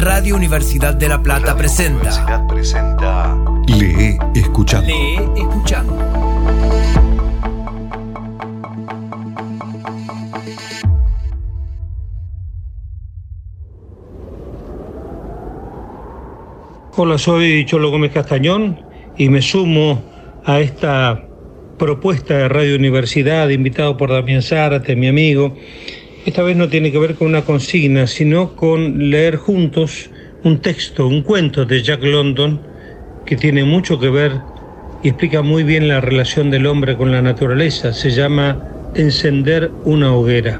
Radio Universidad de La Plata presenta Lee Escuchando. Lee Escuchando. Hola, soy Cholo Gómez Castañón y me sumo a esta propuesta de Radio Universidad, invitado por Damián Zárate, mi amigo. Esta vez no tiene que ver con una consigna, sino con leer juntos un texto, un cuento de Jack London que tiene mucho que ver y explica muy bien la relación del hombre con la naturaleza. Se llama Encender una hoguera.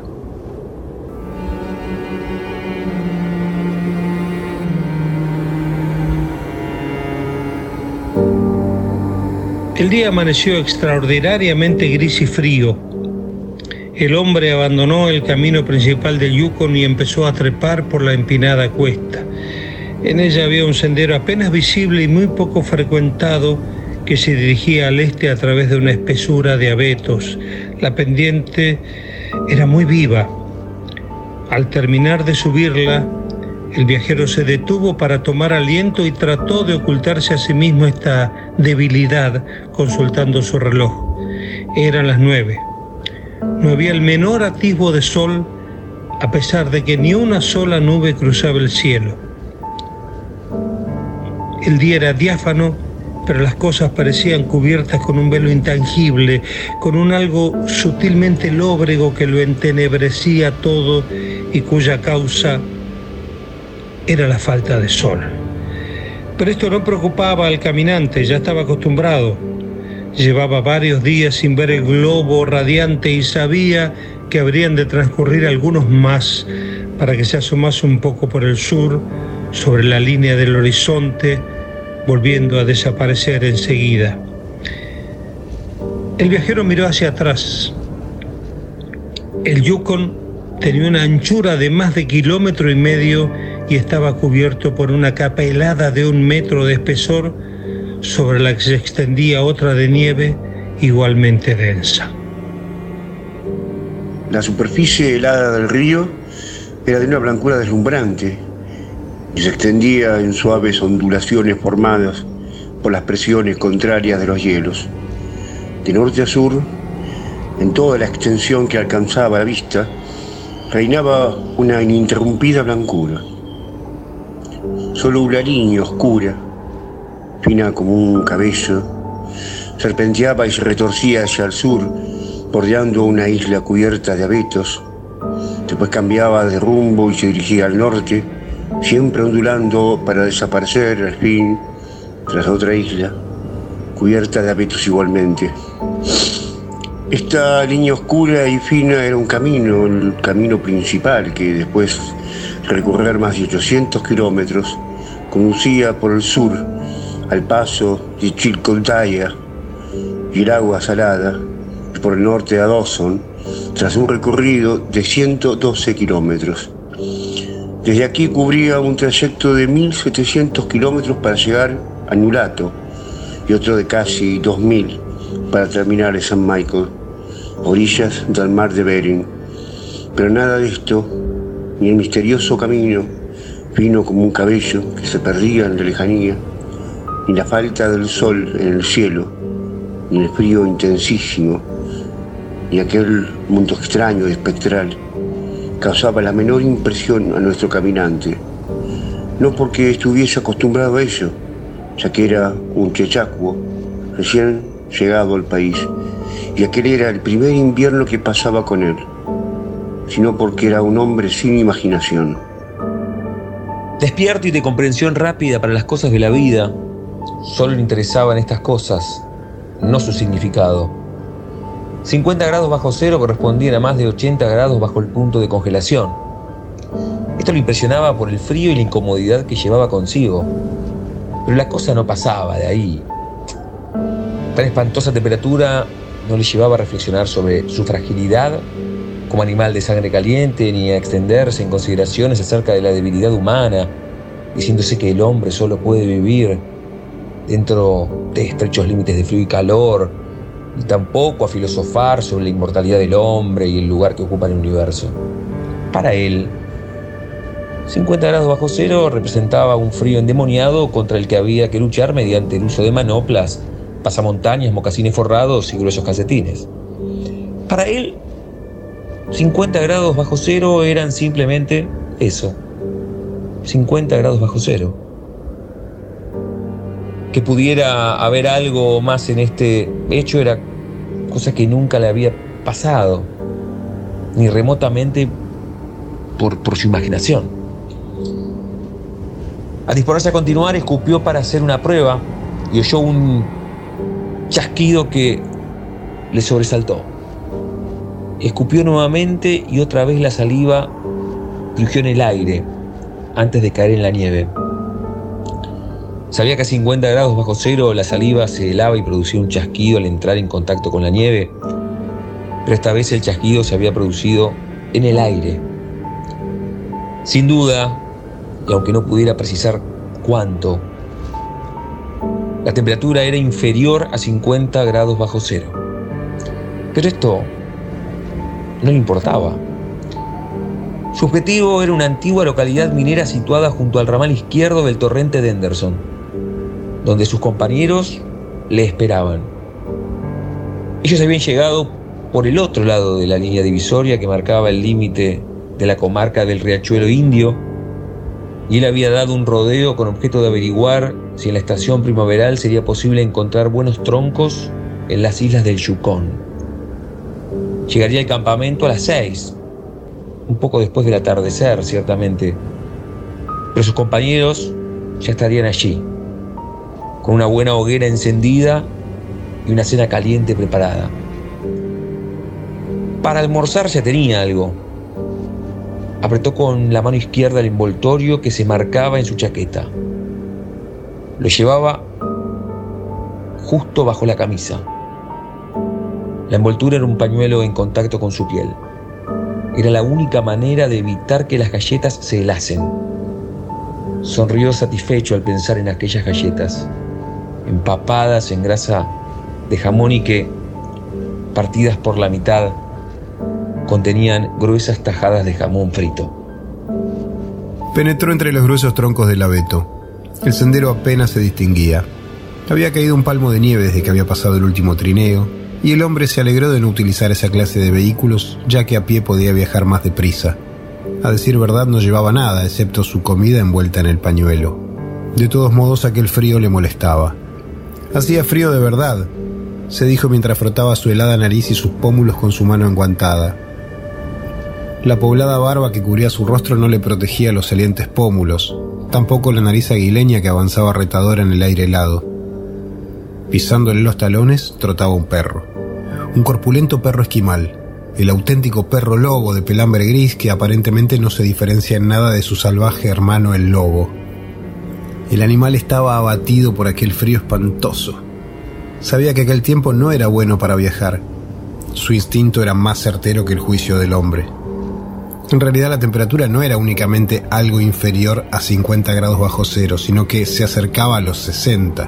El día amaneció extraordinariamente gris y frío. El hombre abandonó el camino principal del Yukon y empezó a trepar por la empinada cuesta. En ella había un sendero apenas visible y muy poco frecuentado que se dirigía al este a través de una espesura de abetos. La pendiente era muy viva. Al terminar de subirla, el viajero se detuvo para tomar aliento y trató de ocultarse a sí mismo esta debilidad consultando su reloj. Eran las 9. No había el menor atisbo de sol, a pesar de que ni una sola nube cruzaba el cielo. El día era diáfano, pero las cosas parecían cubiertas con un velo intangible, con un algo sutilmente lóbrego que lo entenebrecía todo y cuya causa era la falta de sol. Pero esto no preocupaba al caminante, ya estaba acostumbrado. Llevaba varios días sin ver el globo radiante y sabía que habrían de transcurrir algunos más para que se asomase un poco por el sur, sobre la línea del horizonte, volviendo a desaparecer enseguida. El viajero miró hacia atrás. El Yukon tenía una anchura de más de 1,5 kilómetros y estaba cubierto por una capa helada de 1 metro de espesor, sobre la que se extendía otra de nieve igualmente densa. La superficie helada del río era de una blancura deslumbrante y se extendía en suaves ondulaciones formadas por las presiones contrarias de los hielos. De norte a sur, en toda la extensión que alcanzaba la vista, reinaba una ininterrumpida blancura. Solo una línea oscura, fina como un cabello, serpenteaba y se retorcía hacia el sur, bordeando una isla cubierta de abetos. Después cambiaba de rumbo y se dirigía al norte, siempre ondulando para desaparecer al fin tras otra isla, cubierta de abetos igualmente. Esta línea oscura y fina era un camino, el camino principal que después de recorrer más de 800 kilómetros conducía por el sur al paso de Chilcontaya y el agua salada, y por el norte a Dawson, tras un recorrido de 112 kilómetros. Desde aquí cubría un trayecto de 1.700 kilómetros para llegar a Nulato y otro de casi 2.000 para terminar en San Michael, orillas del mar de Bering. Pero nada de esto, ni el misterioso camino, fino como un cabello que se perdía en la lejanía, ni la falta del sol en el cielo, ni el frío intensísimo, ni aquel mundo extraño y espectral, causaba la menor impresión a nuestro caminante. No porque estuviese acostumbrado a ello, ya que era un chechacuo, recién llegado al país, y aquel era el primer invierno que pasaba con él, sino porque era un hombre sin imaginación. Despierto y de comprensión rápida para las cosas de la vida, solo le interesaban estas cosas, no su significado. 50 grados bajo cero correspondían a más de 80 grados bajo el punto de congelación. Esto lo impresionaba por el frío y la incomodidad que llevaba consigo. Pero la cosa no pasaba de ahí. Tan espantosa temperatura no le llevaba a reflexionar sobre su fragilidad como animal de sangre caliente, ni a extenderse en consideraciones acerca de la debilidad humana, diciéndose que el hombre solo puede vivir dentro de estrechos límites de frío y calor, y tampoco a filosofar sobre la inmortalidad del hombre y el lugar que ocupa en el universo. Para él, 50 grados bajo cero representaba un frío endemoniado contra el que había que luchar mediante el uso de manoplas, pasamontañas, mocasines forrados y gruesos calcetines. Para él, 50 grados bajo cero eran simplemente eso, 50 grados bajo cero. Que pudiera haber algo más en este hecho era cosa que nunca le había pasado, ni remotamente por su imaginación. Al disponerse a continuar, escupió para hacer una prueba y oyó un chasquido que le sobresaltó. Escupió nuevamente y otra vez la saliva crujió en el aire antes de caer en la nieve. Sabía que a 50 grados bajo cero la saliva se helaba y producía un chasquido al entrar en contacto con la nieve, pero esta vez el chasquido se había producido en el aire. Sin duda, y aunque no pudiera precisar cuánto, la temperatura era inferior a 50 grados bajo cero. Pero esto no le importaba. Su objetivo era una antigua localidad minera situada junto al ramal izquierdo del torrente de Henderson, donde sus compañeros le esperaban. Ellos habían llegado por el otro lado de la línea divisoria que marcaba el límite de la comarca del Riachuelo Indio, y él había dado un rodeo con objeto de averiguar si en la estación primaveral sería posible encontrar buenos troncos en las islas del Yukón. Llegaría al campamento a las 6, un poco después del atardecer, ciertamente, pero sus compañeros ya estarían allí, con una buena hoguera encendida y una cena caliente preparada. Para almorzar ya tenía algo. Apretó con la mano izquierda el envoltorio que se marcaba en su chaqueta. Lo llevaba justo bajo la camisa. La envoltura era un pañuelo en contacto con su piel. Era la única manera de evitar que las galletas se helasen. Sonrió satisfecho al pensar en aquellas galletas, empapadas en grasa de jamón y que, partidas por la mitad, contenían gruesas tajadas de jamón frito. Penetró entre los gruesos troncos del abeto. El sendero apenas se distinguía. Había caído un palmo de nieve desde que había pasado el último trineo, y el hombre se alegró de no utilizar esa clase de vehículos, ya que a pie podía viajar más deprisa. A decir verdad, no llevaba nada, excepto su comida envuelta en el pañuelo. De todos modos, aquel frío le molestaba. Hacía frío de verdad, se dijo mientras frotaba su helada nariz y sus pómulos con su mano enguantada. La poblada barba que cubría su rostro no le protegía los salientes pómulos, tampoco la nariz aguileña que avanzaba retadora en el aire helado. Pisándole los talones, trotaba un perro. Un corpulento perro esquimal, el auténtico perro lobo de pelambre gris que aparentemente no se diferencia en nada de su salvaje hermano el lobo. El animal estaba abatido por aquel frío espantoso. Sabía que aquel tiempo no era bueno para viajar. Su instinto era más certero que el juicio del hombre. En realidad la temperatura no era únicamente algo inferior a 50 grados bajo cero, sino que se acercaba a los 60.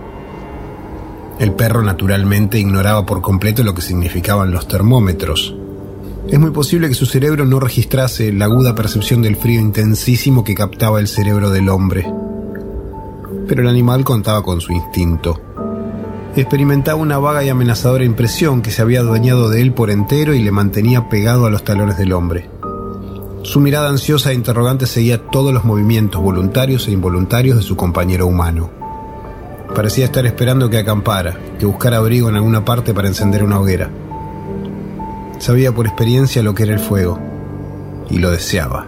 El perro naturalmente ignoraba por completo lo que significaban los termómetros. Es muy posible que su cerebro no registrase la aguda percepción del frío intensísimo que captaba el cerebro del hombre. Pero el animal contaba con su instinto. Experimentaba una vaga y amenazadora impresión que se había adueñado de él por entero y le mantenía pegado a los talones del hombre. Su mirada ansiosa e interrogante seguía todos los movimientos voluntarios e involuntarios de su compañero humano. Parecía estar esperando que acampara, que buscara abrigo en alguna parte para encender una hoguera. Sabía por experiencia lo que era el fuego, y lo deseaba.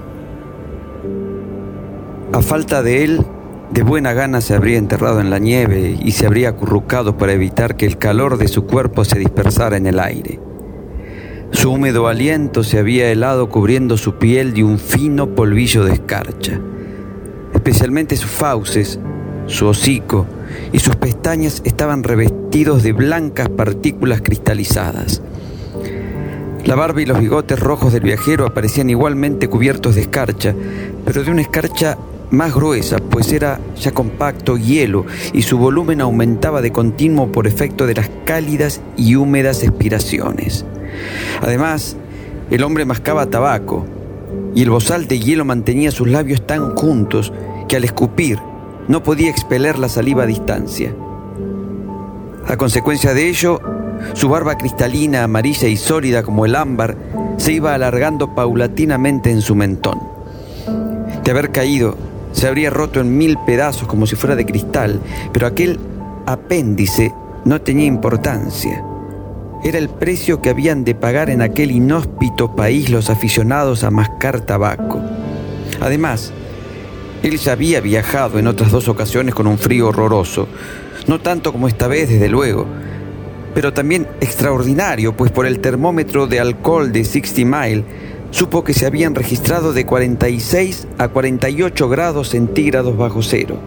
A falta de él, de buena gana se habría enterrado en la nieve y se habría acurrucado para evitar que el calor de su cuerpo se dispersara en el aire. Su húmedo aliento se había helado cubriendo su piel de un fino polvillo de escarcha. Especialmente sus fauces, su hocico y sus pestañas estaban revestidos de blancas partículas cristalizadas. La barba y los bigotes rojos del viajero aparecían igualmente cubiertos de escarcha, pero de una escarcha más gruesa, pues era ya compacto hielo y su volumen aumentaba de continuo por efecto de las cálidas y húmedas expiraciones. Además, el hombre mascaba tabaco y el bozal de hielo mantenía sus labios tan juntos que al escupir no podía expeler la saliva a distancia. A consecuencia de ello, su barba cristalina, amarilla y sólida como el ámbar se iba alargando paulatinamente en su mentón. De haber caído, se habría roto en 1000 pedazos como si fuera de cristal, pero aquel apéndice no tenía importancia. Era el precio que habían de pagar en aquel inhóspito país los aficionados a mascar tabaco. Además, él ya había viajado en otras 2 ocasiones con un frío horroroso, no tanto como esta vez, desde luego, pero también extraordinario, pues por el termómetro de alcohol de 60 Mile supo que se habían registrado de 46 a 48 grados centígrados bajo cero.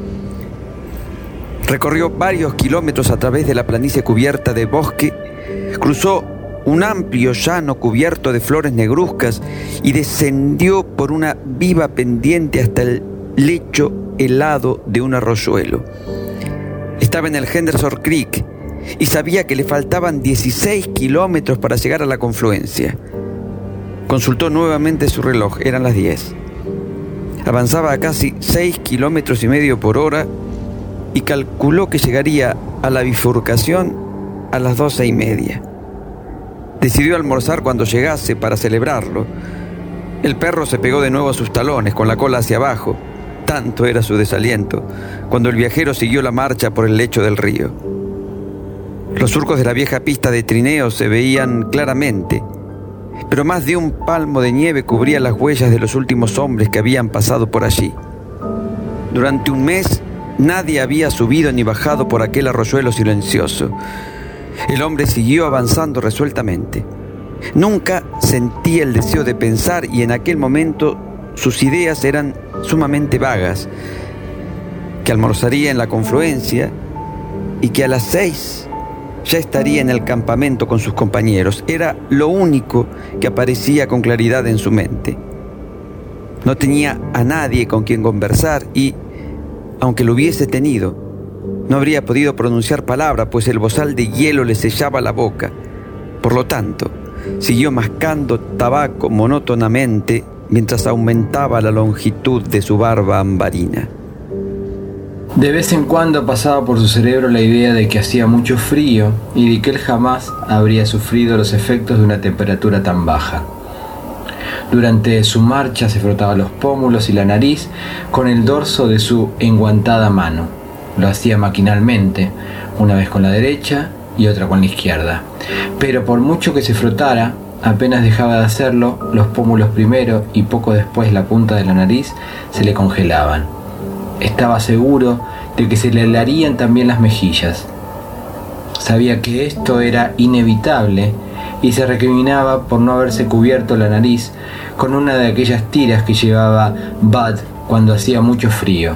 Recorrió varios kilómetros a través de la planicie cubierta de bosque, cruzó un amplio llano cubierto de flores negruzcas y descendió por una viva pendiente hasta el lecho helado de un arroyuelo. Estaba en el Henderson Creek y sabía que le faltaban 16 kilómetros para llegar a la confluencia. Consultó nuevamente su reloj, eran las 10. Avanzaba a casi 6,5 kilómetros por hora y calculó que llegaría a la bifurcación a las 12:30. Decidió almorzar cuando llegase para celebrarlo. El perro se pegó de nuevo a sus talones con la cola hacia abajo. Tanto era su desaliento cuando el viajero siguió la marcha por el lecho del río. Los surcos de la vieja pista de trineo se veían claramente, pero más de un palmo de nieve cubría las huellas de los últimos hombres que habían pasado por allí. Durante un mes nadie había subido ni bajado por aquel arroyuelo silencioso. El hombre siguió avanzando resueltamente. Nunca sentía el deseo de pensar y en aquel momento sus ideas eran sumamente vagas. Que almorzaría en la confluencia y que a las 6 ya estaría en el campamento con sus compañeros. Era lo único que aparecía con claridad en su mente. No tenía a nadie con quien conversar y, aunque lo hubiese tenido, no habría podido pronunciar palabra, pues el bozal de hielo le sellaba la boca. Por lo tanto, siguió mascando tabaco monótonamente mientras aumentaba la longitud de su barba ambarina. De vez en cuando pasaba por su cerebro la idea de que hacía mucho frío y de que él jamás habría sufrido los efectos de una temperatura tan baja. Durante su marcha se frotaba los pómulos y la nariz con el dorso de su enguantada mano. Lo hacía maquinalmente, una vez con la derecha y otra con la izquierda. Pero por mucho que se frotara, apenas dejaba de hacerlo, los pómulos primero y poco después la punta de la nariz se le congelaban. Estaba seguro de que se le helarían también las mejillas. Sabía que esto era inevitable y se recriminaba por no haberse cubierto la nariz con una de aquellas tiras que llevaba Bud cuando hacía mucho frío.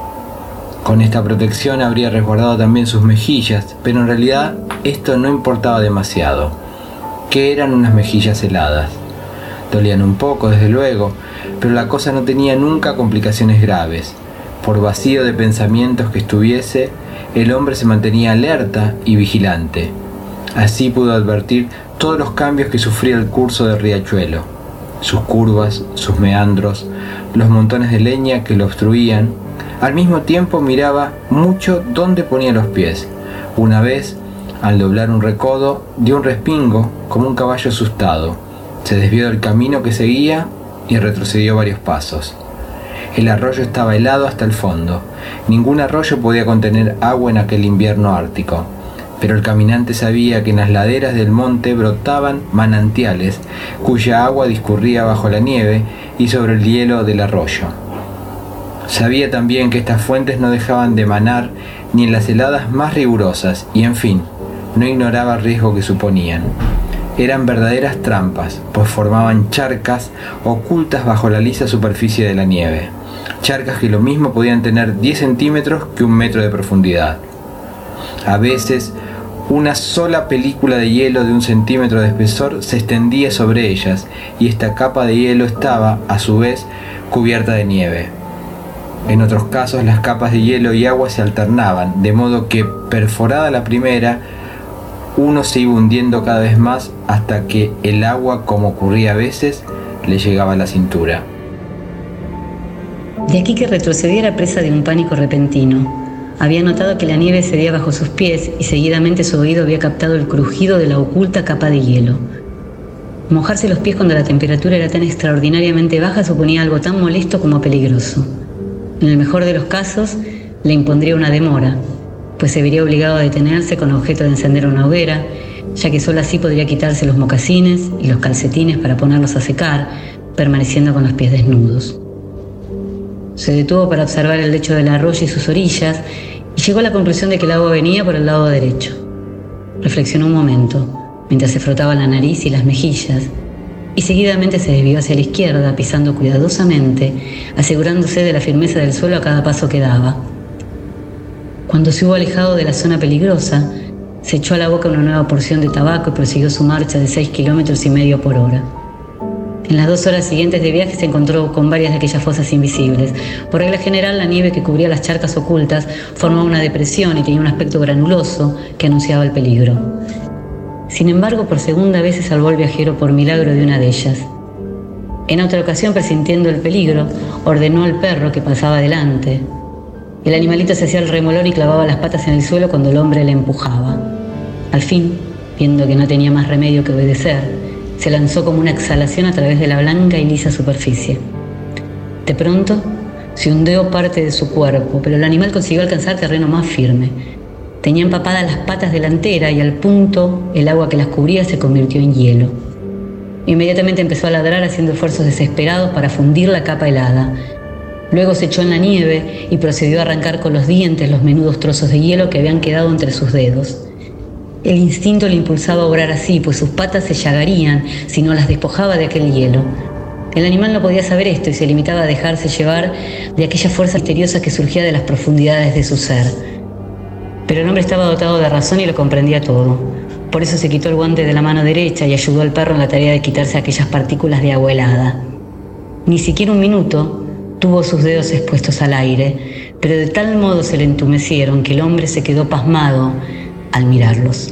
Con esta protección habría resguardado también sus mejillas, pero en realidad esto no importaba demasiado. ¿Qué eran unas mejillas heladas? Dolían un poco, desde luego, pero la cosa no tenía nunca complicaciones graves. Por vacío de pensamientos que estuviese, el hombre se mantenía alerta y vigilante. Así pudo advertir todos los cambios que sufría el curso del riachuelo, sus curvas, sus meandros, los montones de leña que lo obstruían. Al mismo tiempo miraba mucho dónde ponía los pies. Una vez, al doblar un recodo, dio un respingo como un caballo asustado. Se desvió del camino que seguía y retrocedió varios pasos. El arroyo estaba helado hasta el fondo. Ningún arroyo podía contener agua en aquel invierno ártico. Pero el caminante sabía que en las laderas del monte brotaban manantiales, cuya agua discurría bajo la nieve y sobre el hielo del arroyo. Sabía también que estas fuentes no dejaban de manar ni en las heladas más rigurosas y, en fin, no ignoraba el riesgo que suponían. Eran verdaderas trampas, pues formaban charcas ocultas bajo la lisa superficie de la nieve. Charcas que lo mismo podían tener 10 centímetros que 1 metro de profundidad. A veces, una sola película de hielo de 1 centímetro de espesor se extendía sobre ellas y esta capa de hielo estaba, a su vez, cubierta de nieve. En otros casos las capas de hielo y agua se alternaban, de modo que, perforada la primera, uno se iba hundiendo cada vez más hasta que el agua, como ocurría a veces, le llegaba a la cintura. De aquí que retrocediera presa de un pánico repentino. Había notado que la nieve cedía bajo sus pies y seguidamente su oído había captado el crujido de la oculta capa de hielo. Mojarse los pies cuando la temperatura era tan extraordinariamente baja suponía algo tan molesto como peligroso. En el mejor de los casos, le impondría una demora, pues se vería obligado a detenerse con objeto de encender una hoguera, ya que solo así podría quitarse los mocasines y los calcetines para ponerlos a secar, permaneciendo con los pies desnudos. Se detuvo para observar el lecho del arroyo y sus orillas y llegó a la conclusión de que el agua venía por el lado derecho. Reflexionó un momento, mientras se frotaba la nariz y las mejillas, y seguidamente se desvió hacia la izquierda, pisando cuidadosamente, asegurándose de la firmeza del suelo a cada paso que daba. Cuando se hubo alejado de la zona peligrosa, se echó a la boca una nueva porción de tabaco y prosiguió su marcha de 6,5 kilómetros por hora. En las 2 horas siguientes de viaje se encontró con varias de aquellas fosas invisibles. Por regla general, la nieve que cubría las charcas ocultas formaba una depresión y tenía un aspecto granuloso que anunciaba el peligro. Sin embargo, por segunda vez se salvó el viajero por milagro de una de ellas. En otra ocasión, presintiendo el peligro, ordenó al perro que pasaba delante. El animalito se hacía el remolón y clavaba las patas en el suelo cuando el hombre le empujaba. Al fin, viendo que no tenía más remedio que obedecer, se lanzó como una exhalación a través de la blanca y lisa superficie. De pronto, se hundió parte de su cuerpo, pero el animal consiguió alcanzar terreno más firme. Tenía empapadas las patas delanteras y al punto el agua que las cubría se convirtió en hielo. Inmediatamente empezó a ladrar haciendo esfuerzos desesperados para fundir la capa helada. Luego se echó en la nieve y procedió a arrancar con los dientes los menudos trozos de hielo que habían quedado entre sus dedos. El instinto le impulsaba a obrar así, pues sus patas se llagarían si no las despojaba de aquel hielo. El animal no podía saber esto y se limitaba a dejarse llevar de aquella fuerza misteriosa que surgía de las profundidades de su ser. Pero el hombre estaba dotado de razón y lo comprendía todo. Por eso se quitó el guante de la mano derecha y ayudó al perro en la tarea de quitarse aquellas partículas de agua helada. Ni siquiera un minuto tuvo sus dedos expuestos al aire, pero de tal modo se le entumecieron que el hombre se quedó pasmado al mirarlos.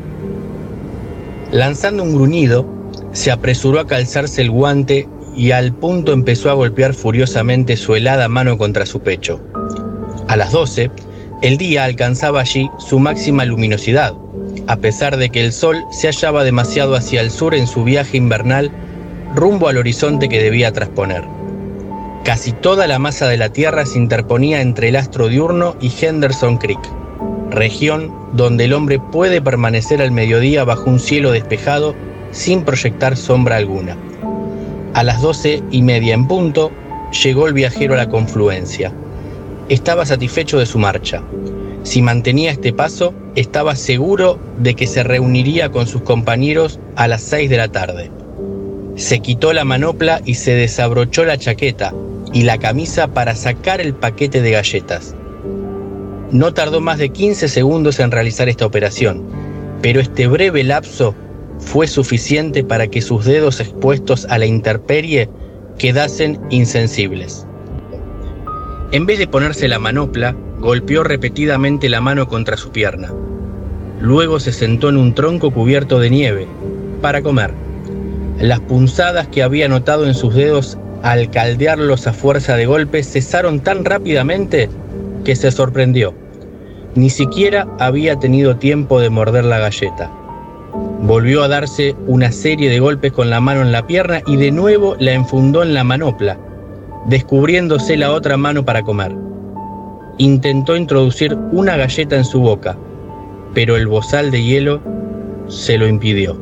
Lanzando un gruñido, se apresuró a calzarse el guante y al punto empezó a golpear furiosamente su helada mano contra su pecho. A las 12, el día alcanzaba allí su máxima luminosidad, a pesar de que el sol se hallaba demasiado hacia el sur en su viaje invernal rumbo al horizonte que debía trasponer. Casi toda la masa de la Tierra se interponía entre el astro diurno y Henderson Creek, región donde el hombre puede permanecer al mediodía bajo un cielo despejado sin proyectar sombra alguna. A las 12:30 en punto, llegó el viajero a la confluencia. Estaba satisfecho de su marcha. Si mantenía este paso, estaba seguro de que se reuniría con sus compañeros a las 6 de la tarde. Se quitó la manopla y se desabrochó la chaqueta y la camisa para sacar el paquete de galletas. No tardó más de 15 segundos en realizar esta operación, pero este breve lapso fue suficiente para que sus dedos expuestos a la intemperie quedasen insensibles. En vez de ponerse la manopla, golpeó repetidamente la mano contra su pierna. Luego se sentó en un tronco cubierto de nieve para comer. Las punzadas que había notado en sus dedos al caldearlos a fuerza de golpes cesaron tan rápidamente que se sorprendió. Ni siquiera había tenido tiempo de morder la galleta. Volvió a darse una serie de golpes con la mano en la pierna y de nuevo la enfundó en la manopla, descubriéndose la otra mano para comer. Intentó introducir una galleta en su boca, pero el bozal de hielo se lo impidió.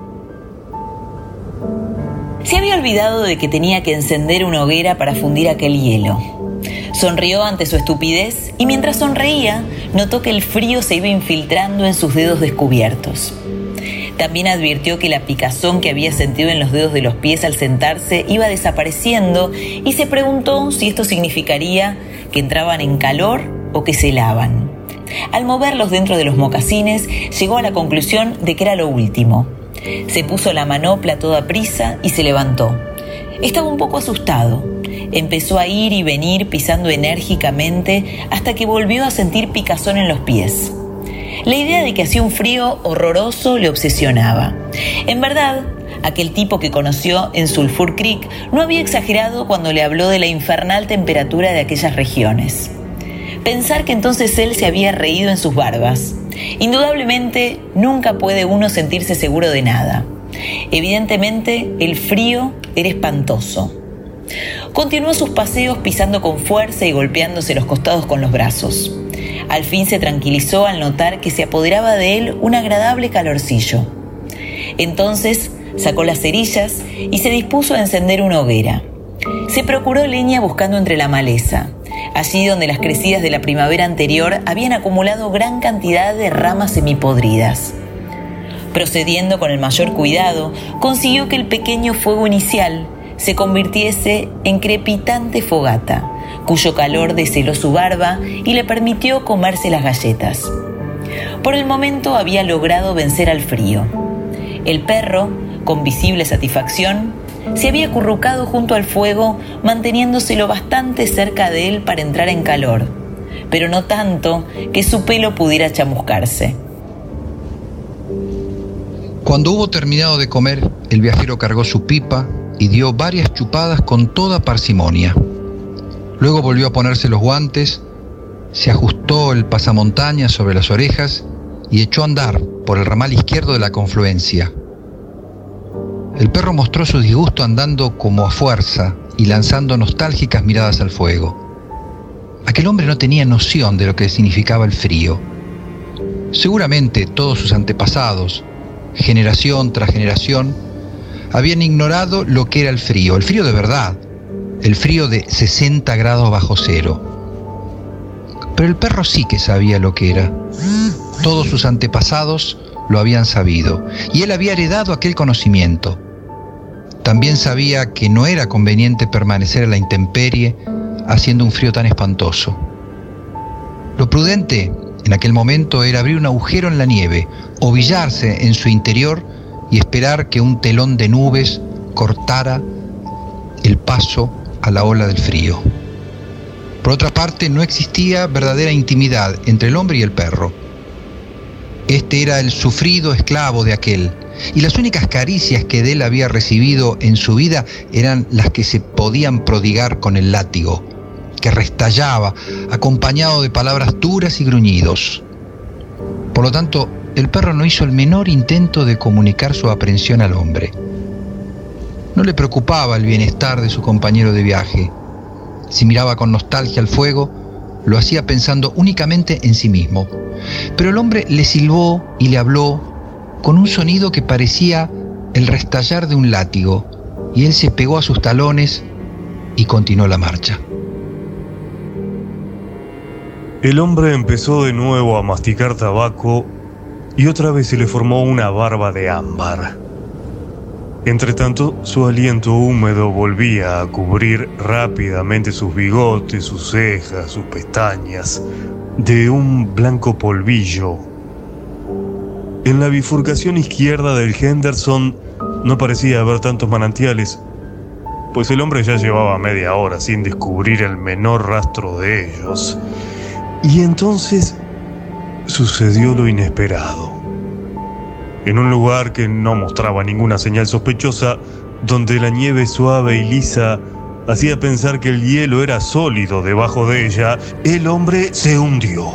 Se había olvidado de que tenía que encender una hoguera para fundir aquel hielo. Sonrió ante su estupidez y mientras sonreía, notó que el frío se iba infiltrando en sus dedos descubiertos. También advirtió que la picazón que había sentido en los dedos de los pies al sentarse iba desapareciendo y se preguntó si esto significaría que entraban en calor o que se helaban. Al moverlos dentro de los mocasines, llegó a la conclusión de que era lo último. Se puso la manopla a toda prisa y se levantó. Estaba un poco asustado. Empezó a ir y venir pisando enérgicamente hasta que volvió a sentir picazón en los pies. La idea de que hacía un frío horroroso le obsesionaba. En verdad, Aquel tipo que conoció en Sulphur Creek no había exagerado cuando le habló de la infernal temperatura de aquellas regiones. Pensar que entonces él se había reído en sus barbas. Indudablemente, nunca puede uno sentirse seguro de nada. Evidentemente, el frío era espantoso. Continuó sus paseos pisando con fuerza y golpeándose los costados con los brazos. Al fin se tranquilizó al notar que se apoderaba de él un agradable calorcillo. Entonces sacó las cerillas y se dispuso a encender una hoguera. Se procuró leña buscando entre la maleza, allí donde las crecidas de la primavera anterior habían acumulado gran cantidad de ramas semipodridas. Procediendo con el mayor cuidado, consiguió que el pequeño fuego inicial se convirtiese en crepitante fogata, cuyo calor desheló su barba y le permitió comerse las galletas. Por el momento había logrado vencer al frío. El perro, con visible satisfacción, se había acurrucado junto al fuego, manteniéndose lo bastante cerca de él para entrar en calor, pero no tanto que su pelo pudiera chamuscarse. Cuando hubo terminado de comer, el viajero cargó su pipa y dio varias chupadas con toda parsimonia. Luego volvió a ponerse los guantes, se ajustó el pasamontañas sobre las orejas y echó a andar por el ramal izquierdo de la confluencia. El perro mostró su disgusto andando como a fuerza y lanzando nostálgicas miradas al fuego. Aquel hombre no tenía noción de lo que significaba el frío. Seguramente todos sus antepasados, generación tras generación, habían ignorado lo que era el frío de verdad, el frío de 60 grados bajo cero. Pero el perro sí que sabía lo que era. Todos sus antepasados lo habían sabido, y él había heredado aquel conocimiento. También sabía que no era conveniente permanecer a la intemperie haciendo un frío tan espantoso. Lo prudente en aquel momento era abrir un agujero en la nieve, ovillarse en su interior y esperar que un telón de nubes cortara el paso a la ola del frío. Por otra parte, no existía verdadera intimidad entre el hombre y el perro. Este era el sufrido esclavo de aquel, y las únicas caricias que de él había recibido en su vida eran las que se podían prodigar con el látigo, que restallaba, acompañado de palabras duras y gruñidos. Por lo tanto, el perro no hizo el menor intento de comunicar su aprensión al hombre. No le preocupaba el bienestar de su compañero de viaje. Si miraba con nostalgia al fuego, lo hacía pensando únicamente en sí mismo. Pero el hombre le silbó y le habló con un sonido que parecía el restallar de un látigo, y él se pegó a sus talones y continuó la marcha. El hombre empezó de nuevo a masticar tabaco y otra vez se le formó una barba de ámbar. Entretanto, su aliento húmedo volvía a cubrir rápidamente sus bigotes, sus cejas, sus pestañas, de un blanco polvillo. En la bifurcación izquierda del Henderson no parecía haber tantos manantiales, pues el hombre ya llevaba media hora sin descubrir el menor rastro de ellos. Y entonces sucedió lo inesperado. En un lugar que no mostraba ninguna señal sospechosa, donde la nieve suave y lisa hacía pensar que el hielo era sólido debajo de ella, el hombre se hundió.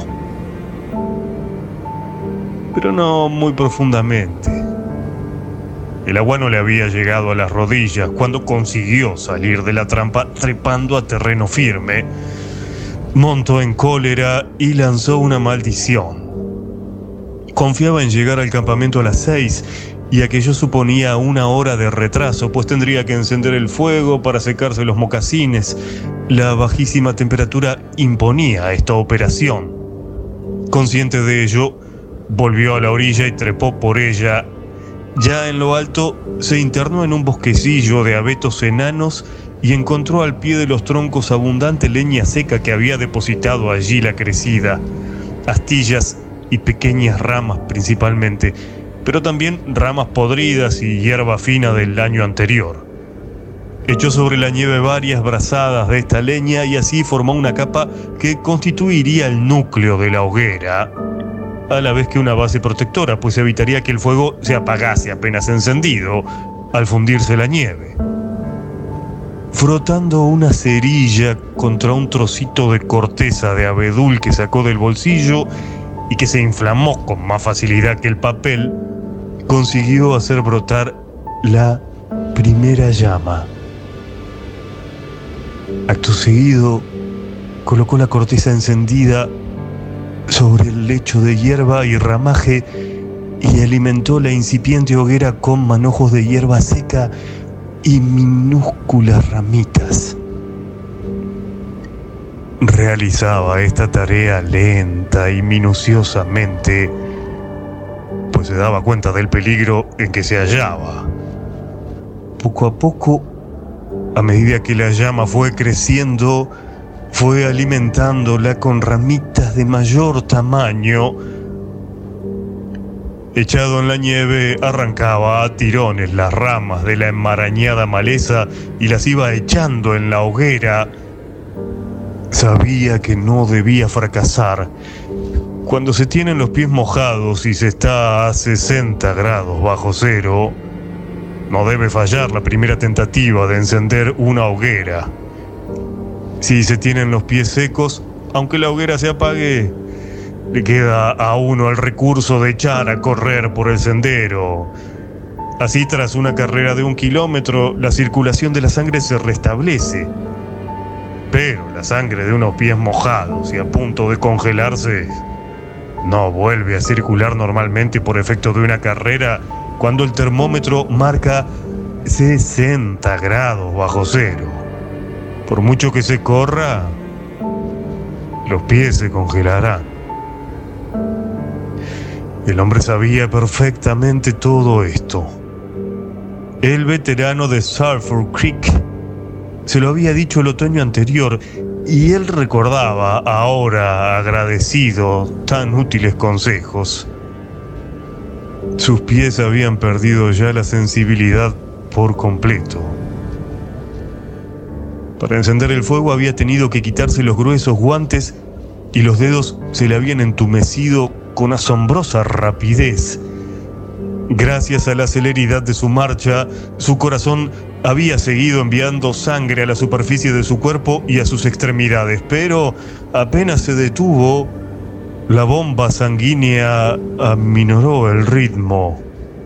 Pero no muy profundamente. El agua no le había llegado a las rodillas cuando consiguió salir de la trampa trepando a terreno firme. Montó en cólera y lanzó una maldición. Confiaba en llegar al campamento a las 6 y aquello suponía 1 hora de retraso, pues tendría que encender el fuego para secarse los mocasines. La bajísima temperatura imponía esta operación. Consciente de ello, volvió a la orilla y trepó por ella. Ya en lo alto, se internó en un bosquecillo de abetos enanos y encontró al pie de los troncos abundante leña seca que había depositado allí la crecida, astillas y pequeñas ramas principalmente, pero también ramas podridas y hierba fina del año anterior. Echó sobre la nieve varias brazadas de esta leña y así formó una capa que constituiría el núcleo de la hoguera, a la vez que una base protectora, pues evitaría que el fuego se apagase apenas encendido, al fundirse la nieve. Frotando una cerilla contra un trocito de corteza de abedul que sacó del bolsillo y que se inflamó con más facilidad que el papel, consiguió hacer brotar la primera llama. Acto seguido, colocó la corteza encendida sobre el lecho de hierba y ramaje y alimentó la incipiente hoguera con manojos de hierba seca y minúsculas ramitas. Realizaba esta tarea lenta y minuciosamente, pues se daba cuenta del peligro en que se hallaba. Poco a poco, a medida que la llama fue creciendo, fue alimentándola con ramitas de mayor tamaño. Echado en la nieve, arrancaba a tirones las ramas de la enmarañada maleza y las iba echando en la hoguera. Sabía que no debía fracasar. Cuando se tienen los pies mojados y se está a 60 grados bajo cero, no debe fallar la primera tentativa de encender una hoguera. Si se tienen los pies secos, aunque la hoguera se apague, le queda a uno el recurso de echar a correr por el sendero. Así, tras una carrera de 1 kilómetro, la circulación de la sangre se restablece. Pero la sangre de unos pies mojados y a punto de congelarse no vuelve a circular normalmente por efecto de una carrera cuando el termómetro marca 60 grados bajo cero. Por mucho que se corra, los pies se congelarán. El hombre sabía perfectamente todo esto. El veterano de Sulphur Creek se lo había dicho el otoño anterior y él recordaba, ahora agradecido, tan útiles consejos. Sus pies habían perdido ya la sensibilidad por completo. Para encender el fuego había tenido que quitarse los gruesos guantes y los dedos se le habían entumecido con asombrosa rapidez. Gracias a la celeridad de su marcha, su corazón había seguido enviando sangre a la superficie de su cuerpo y a sus extremidades, pero apenas se detuvo, la bomba sanguínea aminoró el ritmo.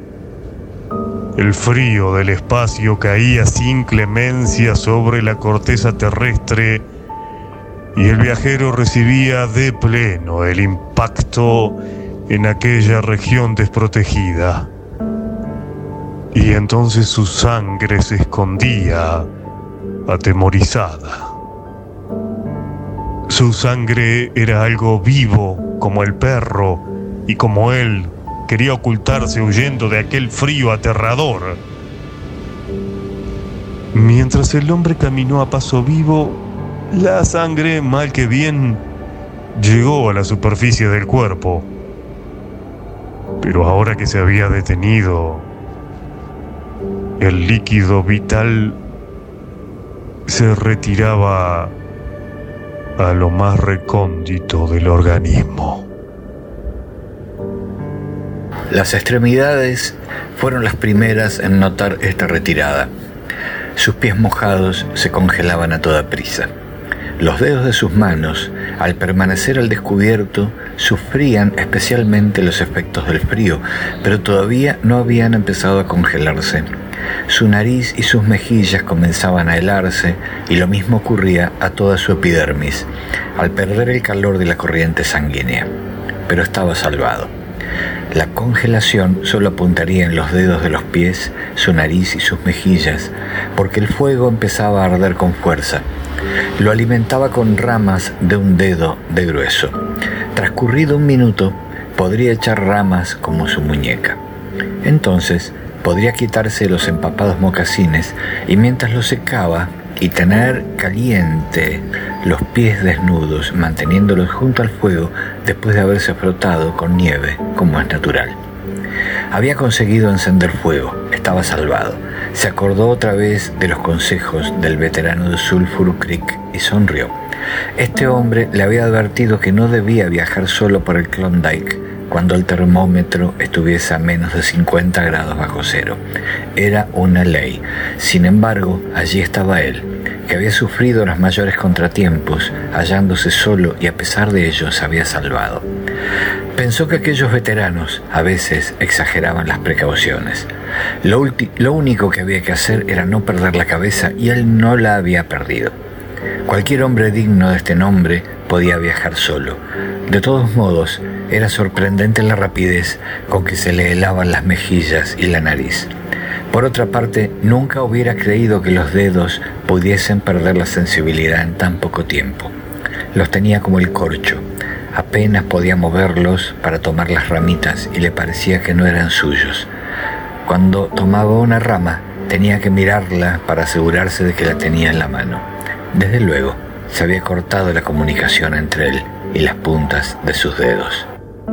El frío del espacio caía sin clemencia sobre la corteza terrestre y el viajero recibía de pleno el impacto en aquella región desprotegida. Y entonces su sangre se escondía, atemorizada. Su sangre era algo vivo, como el perro, y como él, quería ocultarse huyendo de aquel frío aterrador. Mientras el hombre caminó a paso vivo, la sangre, mal que bien, llegó a la superficie del cuerpo. Pero ahora que se había detenido, el líquido vital se retiraba a lo más recóndito del organismo. Las extremidades fueron las primeras en notar esta retirada. Sus pies mojados se congelaban a toda prisa. Los dedos de sus manos, al permanecer al descubierto, sufrían especialmente los efectos del frío, pero todavía no habían empezado a congelarse. Su nariz y sus mejillas comenzaban a helarse, y lo mismo ocurría a toda su epidermis, al perder el calor de la corriente sanguínea. Pero estaba salvado. La congelación solo apuntaría en los dedos de los pies, su nariz y sus mejillas, porque el fuego empezaba a arder con fuerza. Lo alimentaba con ramas de 1 dedo de grueso. Transcurrido 1 minuto, podría echar ramas como su muñeca. Entonces, podría quitarse los empapados mocasines y mientras los secaba y tener caliente los pies desnudos, manteniéndolos junto al fuego después de haberse frotado con nieve, como es natural. Había conseguido encender fuego, estaba salvado. Se acordó otra vez de los consejos del veterano de Sulphur Creek y sonrió. Este hombre le había advertido que no debía viajar solo por el Klondike cuando el termómetro estuviese a menos de 50 grados bajo cero. Era una ley. Sin embargo, allí estaba él, que había sufrido los mayores contratiempos, hallándose solo y a pesar de ello se había salvado. Pensó que aquellos veteranos a veces exageraban las precauciones. Lo único que había que hacer era no perder la cabeza y él no la había perdido. Cualquier hombre digno de este nombre podía viajar solo. De todos modos, era sorprendente la rapidez con que se le helaban las mejillas y la nariz. Por otra parte, nunca hubiera creído que los dedos pudiesen perder la sensibilidad en tan poco tiempo. Los tenía como el corcho. Apenas podía moverlos para tomar las ramitas y le parecía que no eran suyos. Cuando tomaba una rama, tenía que mirarla para asegurarse de que la tenía en la mano. Desde luego, se había cortado la comunicación entre él y las puntas de sus dedos.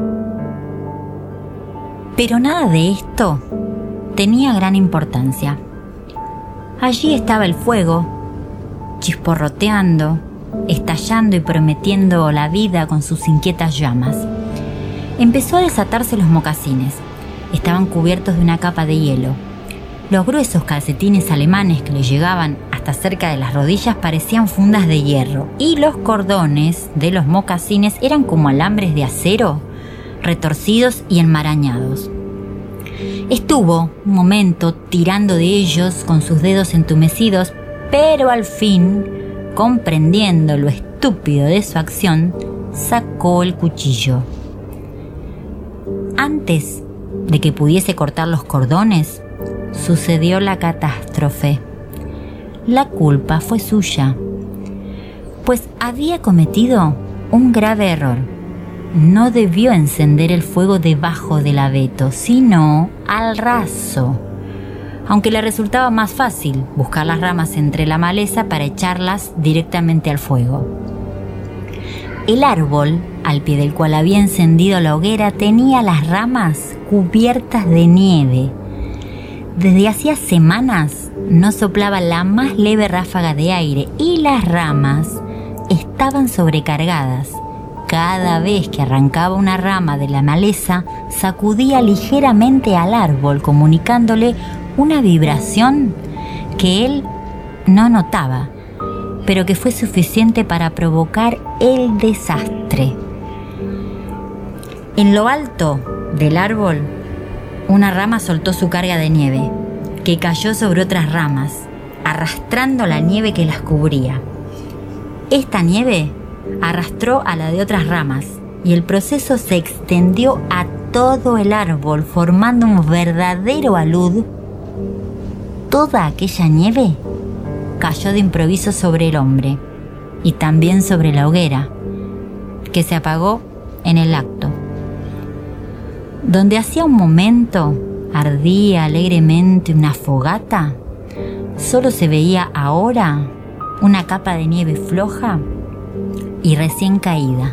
Pero nada de esto tenía gran importancia. Allí estaba el fuego, chisporroteando, estallando y prometiendo la vida con sus inquietas llamas. Empezó a desatarse los mocasines. Estaban cubiertos de una capa de hielo. Los gruesos calcetines alemanes que le llegaban hasta cerca de las rodillas parecían fundas de hierro, y los cordones de los mocasines eran como alambres de acero, retorcidos y enmarañados. Estuvo un momento tirando de ellos con sus dedos entumecidos, pero al fin, comprendiendo lo estúpido de su acción, sacó el cuchillo. Antes de que pudiese cortar los cordones, sucedió la catástrofe. La culpa fue suya, pues había cometido un grave error. No debió encender el fuego debajo del abeto, sino al raso, aunque le resultaba más fácil buscar las ramas entre la maleza para echarlas directamente al fuego. El árbol, al pie del cual había encendido la hoguera, tenía las ramas cubiertas de nieve. Desde hacía semanas no soplaba la más leve ráfaga de aire y las ramas estaban sobrecargadas. Cada vez que arrancaba una rama de la maleza, sacudía ligeramente al árbol, comunicándole una vibración que él no notaba, pero que fue suficiente para provocar el desastre. En lo alto del árbol, una rama soltó su carga de nieve, que cayó sobre otras ramas, arrastrando la nieve que las cubría. Esta nieve arrastró a la de otras ramas, y el proceso se extendió a todo el árbol, formando un verdadero alud. Toda aquella nieve cayó de improviso sobre el hombre, y también sobre la hoguera, que se apagó en el acto. Donde hacía un momento ardía alegremente una fogata, solo se veía ahora una capa de nieve floja y recién caída.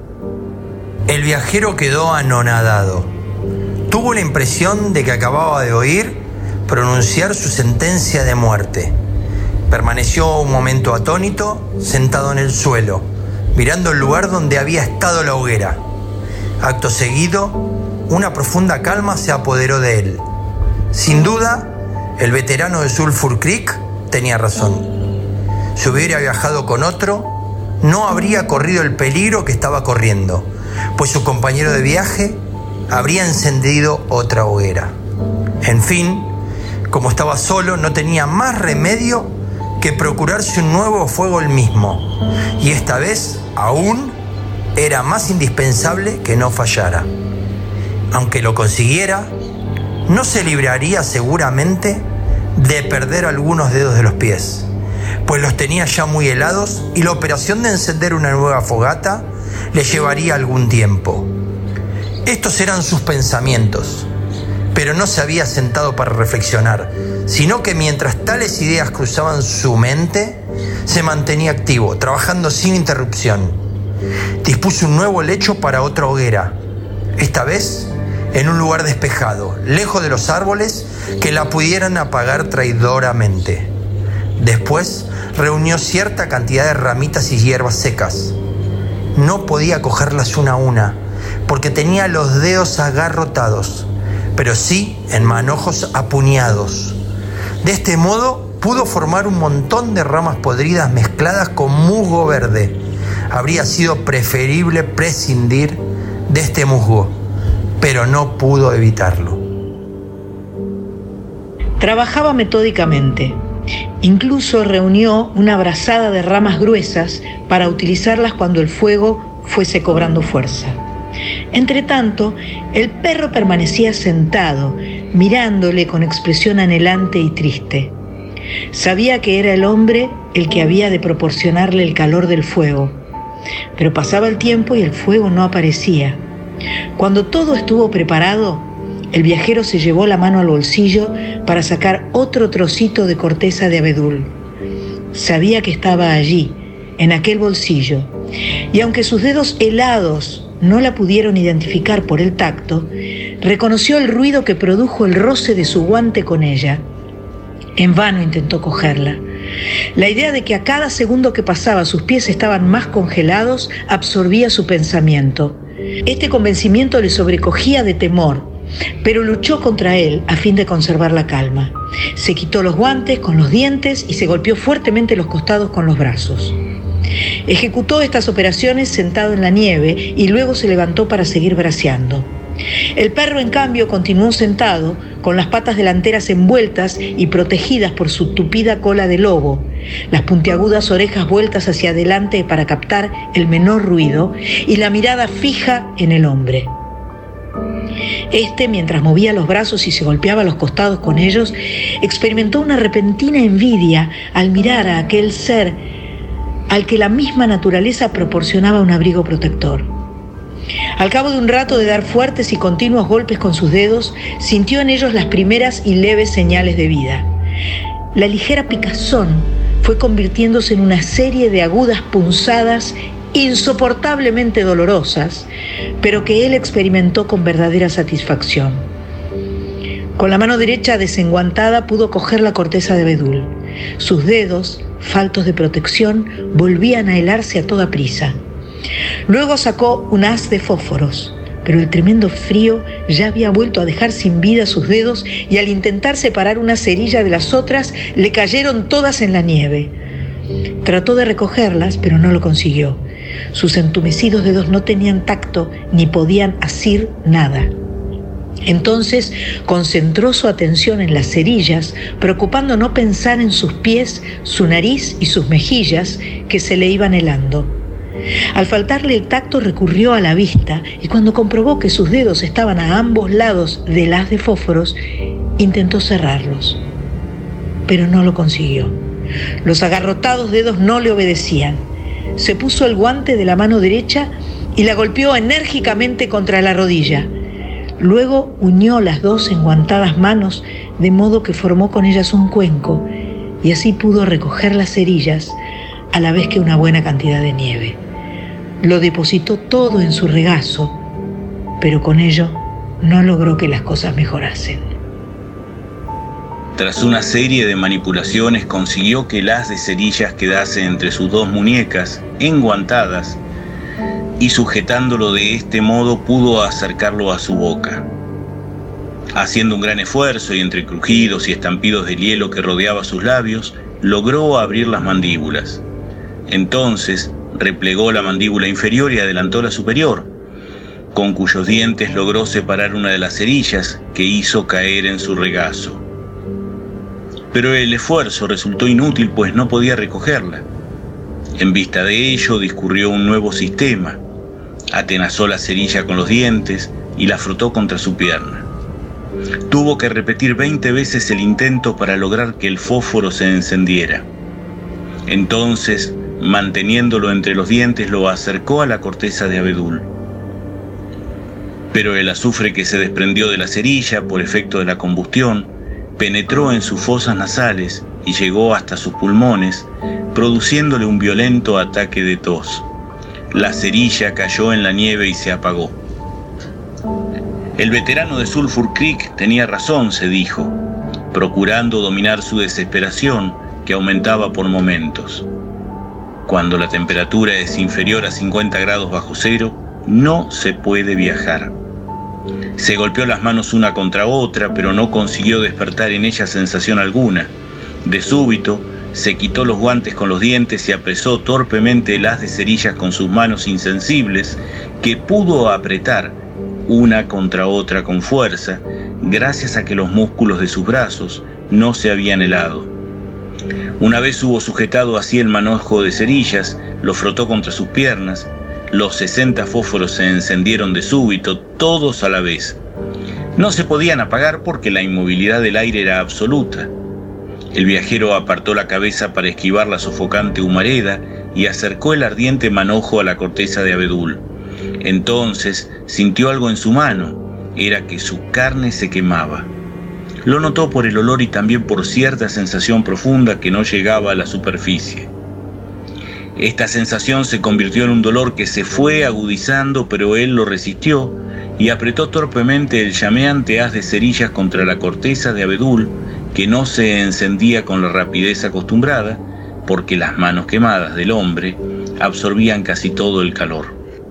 El viajero quedó anonadado. Tuvo la impresión de que acababa de oír pronunciar su sentencia de muerte. Permaneció un momento atónito, sentado en el suelo, mirando el lugar donde había estado la hoguera. Acto seguido, una profunda calma se apoderó de él. Sin duda, el veterano de Sulphur Creek tenía razón. Si hubiera viajado con otro, no habría corrido el peligro que estaba corriendo, pues su compañero de viaje habría encendido otra hoguera. En fin, como estaba solo, no tenía más remedio que procurarse un nuevo fuego él mismo, y esta vez aún era más indispensable que no fallara. Aunque lo consiguiera, no se libraría seguramente de perder algunos dedos de los pies, pues los tenía ya muy helados y la operación de encender una nueva fogata le llevaría algún tiempo. Estos eran sus pensamientos, pero no se había sentado para reflexionar, sino que mientras tales ideas cruzaban su mente, se mantenía activo, trabajando sin interrupción. Dispuso un nuevo lecho para otra hoguera, esta vez en un lugar despejado, lejos de los árboles que la pudieran apagar traidoramente. Después reunió cierta cantidad de ramitas y hierbas secas. No podía cogerlas una a una, porque tenía los dedos agarrotados, pero sí en manojos apuñados. De este modo pudo formar un montón de ramas podridas mezcladas con musgo verde. Habría sido preferible prescindir de este musgo, pero no pudo evitarlo. Trabajaba metódicamente. Incluso reunió una brazada de ramas gruesas para utilizarlas cuando el fuego fuese cobrando fuerza. Entretanto, el perro permanecía sentado, mirándole con expresión anhelante y triste. Sabía que era el hombre el que había de proporcionarle el calor del fuego, pero pasaba el tiempo y el fuego no aparecía. Cuando todo estuvo preparado, el viajero se llevó la mano al bolsillo para sacar otro trocito de corteza de abedul. Sabía que estaba allí, en aquel bolsillo, y aunque sus dedos helados no la pudieron identificar por el tacto, reconoció el ruido que produjo el roce de su guante con ella. En vano intentó cogerla. La idea de que a cada segundo que pasaba sus pies estaban más congelados absorbía su pensamiento. Este convencimiento le sobrecogía de temor, pero luchó contra él a fin de conservar la calma. Se quitó los guantes con los dientes y se golpeó fuertemente los costados con los brazos. Ejecutó estas operaciones sentado en la nieve y luego se levantó para seguir braceando. El perro, en cambio, continuó sentado, con las patas delanteras envueltas y protegidas por su tupida cola de lobo, las puntiagudas orejas vueltas hacia adelante para captar el menor ruido y la mirada fija en el hombre. Este, mientras movía los brazos y se golpeaba los costados con ellos, experimentó una repentina envidia al mirar a aquel ser al que la misma naturaleza proporcionaba un abrigo protector. Al cabo de un rato de dar fuertes y continuos golpes con sus dedos, sintió en ellos las primeras y leves señales de vida. La ligera picazón fue convirtiéndose en una serie de agudas punzadas insoportablemente dolorosas, pero que él experimentó con verdadera satisfacción. Con la mano derecha desenguantada pudo coger la corteza de abedul. Sus dedos, faltos de protección, volvían a helarse a toda prisa. Luego sacó un haz de fósforos, pero el tremendo frío ya había vuelto a dejar sin vida sus dedos y al intentar separar una cerilla de las otras, le cayeron todas en la nieve. Trató de recogerlas, pero no lo consiguió. Sus entumecidos dedos no tenían tacto ni podían asir nada. Entonces concentró su atención en las cerillas, preocupando no pensar en sus pies, su nariz y sus mejillas que se le iban helando. Al faltarle el tacto recurrió a la vista y cuando comprobó que sus dedos estaban a ambos lados del haz de fósforos, intentó cerrarlos, pero no lo consiguió. Los agarrotados dedos no le obedecían. Se puso el guante de la mano derecha y la golpeó enérgicamente contra la rodilla. Luego unió las dos enguantadas manos de modo que formó con ellas un cuenco y así pudo recoger las cerillas a la vez que una buena cantidad de nieve. Lo depositó todo en su regazo, pero con ello no logró que las cosas mejorasen. Tras una serie de manipulaciones consiguió que el haz de cerillas quedase entre sus dos muñecas, enguantadas, y sujetándolo de este modo pudo acercarlo a su boca. Haciendo un gran esfuerzo y entre crujidos y estampidos de hielo que rodeaba sus labios, logró abrir las mandíbulas. Entonces replegó la mandíbula inferior y adelantó la superior, con cuyos dientes logró separar una de las cerillas que hizo caer en su regazo. Pero el esfuerzo resultó inútil, pues no podía recogerla. En vista de ello, discurrió un nuevo sistema. Atenazó la cerilla con los dientes y la frotó contra su pierna. Tuvo que repetir 20 veces el intento para lograr que el fósforo se encendiera. Entonces, manteniéndolo entre los dientes, lo acercó a la corteza de abedul. Pero el azufre que se desprendió de la cerilla por efecto de la combustión penetró en sus fosas nasales y llegó hasta sus pulmones, produciéndole un violento ataque de tos. La cerilla cayó en la nieve y se apagó. El veterano de Sulphur Creek tenía razón, se dijo, procurando dominar su desesperación, que aumentaba por momentos. Cuando la temperatura es inferior a 50 grados bajo cero, no se puede viajar. Se golpeó las manos una contra otra, pero no consiguió despertar en ella sensación alguna. De súbito, se quitó los guantes con los dientes y apresó torpemente el haz de cerillas con sus manos insensibles, que pudo apretar una contra otra con fuerza, gracias a que los músculos de sus brazos no se habían helado. Una vez hubo sujetado así el manojo de cerillas, lo frotó contra sus piernas. Los 60 fósforos se encendieron de súbito, todos a la vez. No se podían apagar porque la inmovilidad del aire era absoluta. El viajero apartó la cabeza para esquivar la sofocante humareda y acercó el ardiente manojo a la corteza de abedul. Entonces sintió algo en su mano, era que su carne se quemaba. Lo notó por el olor y también por cierta sensación profunda que no llegaba a la superficie. Esta sensación se convirtió en un dolor que se fue agudizando, pero él lo resistió y apretó torpemente el llameante haz de cerillas contra la corteza de abedul, que no se encendía con la rapidez acostumbrada, porque las manos quemadas del hombre absorbían casi todo el calor.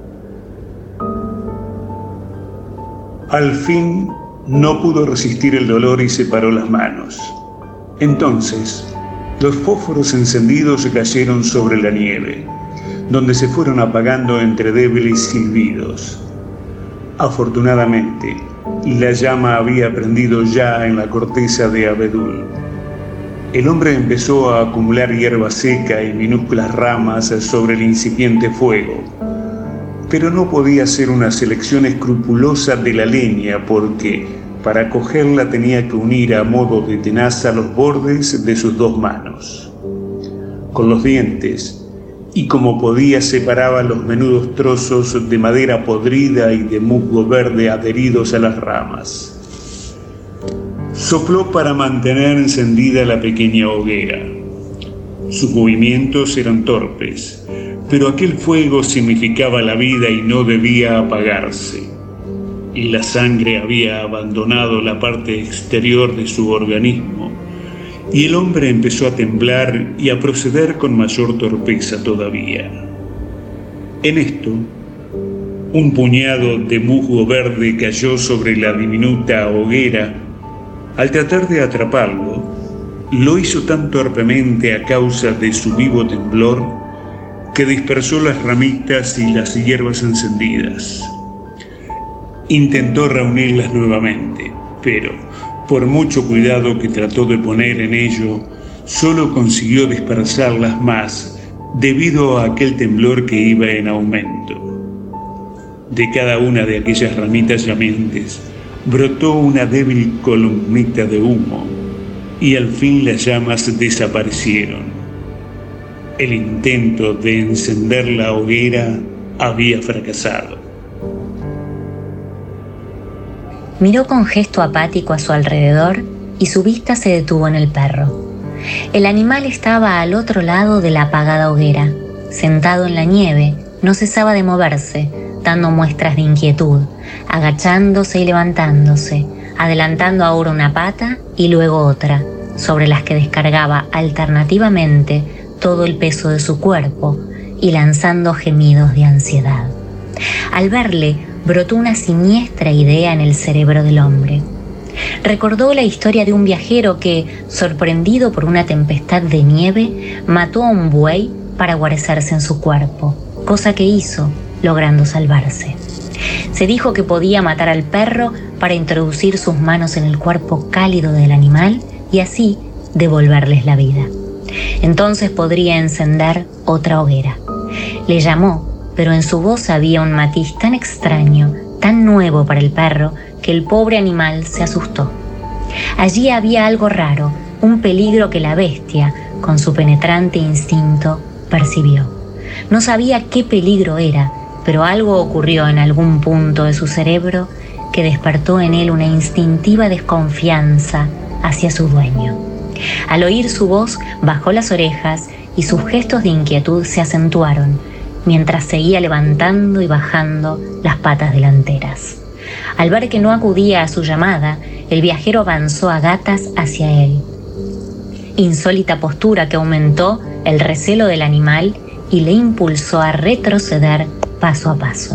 Al fin no pudo resistir el dolor y separó las manos. Entonces, los fósforos encendidos cayeron sobre la nieve, donde se fueron apagando entre débiles silbidos. Afortunadamente, la llama había prendido ya en la corteza de abedul. El hombre empezó a acumular hierba seca y minúsculas ramas sobre el incipiente fuego, pero no podía hacer una selección escrupulosa de la leña porque, para cogerla, tenía que unir a modo de tenaza los bordes de sus dos manos. Con los dientes, y como podía, separaba los menudos trozos de madera podrida y de musgo verde adheridos a las ramas. Sopló para mantener encendida la pequeña hoguera. Sus movimientos eran torpes, pero aquel fuego significaba la vida y no debía apagarse. Y la sangre había abandonado la parte exterior de su organismo, y el hombre empezó a temblar y a proceder con mayor torpeza todavía. En esto, un puñado de musgo verde cayó sobre la diminuta hoguera. Al tratar de atraparlo, lo hizo tan torpemente a causa de su vivo temblor que dispersó las ramitas y las hierbas encendidas. Intentó reunirlas nuevamente, pero, por mucho cuidado que trató de poner en ello, solo consiguió dispersarlas más debido a aquel temblor que iba en aumento. De cada una de aquellas ramitas llameantes brotó una débil columnita de humo y al fin las llamas desaparecieron. El intento de encender la hoguera había fracasado. Miró con gesto apático a su alrededor y su vista se detuvo en el perro. El animal estaba al otro lado de la apagada hoguera. Sentado en la nieve, no cesaba de moverse, dando muestras de inquietud, agachándose y levantándose, adelantando ahora una pata y luego otra, sobre las que descargaba alternativamente todo el peso de su cuerpo y lanzando gemidos de ansiedad. Al verle, brotó una siniestra idea en el cerebro del hombre. Recordó la historia de un viajero que, sorprendido por una tempestad de nieve, mató a un buey para guarecerse en su cuerpo, cosa que hizo, logrando salvarse. Se dijo que podía matar al perro para introducir sus manos en el cuerpo cálido del animal y así devolverles la vida. Entonces podría encender otra hoguera. Le llamó, pero en su voz había un matiz tan extraño, tan nuevo para el perro, que el pobre animal se asustó. Allí había algo raro, un peligro que la bestia, con su penetrante instinto, percibió. No sabía qué peligro era, pero algo ocurrió en algún punto de su cerebro que despertó en él una instintiva desconfianza hacia su dueño. Al oír su voz, bajó las orejas y sus gestos de inquietud se acentuaron, mientras seguía levantando y bajando las patas delanteras. Al ver que no acudía a su llamada, el viajero avanzó a gatas hacia él. Insólita postura que aumentó el recelo del animal y le impulsó a retroceder paso a paso.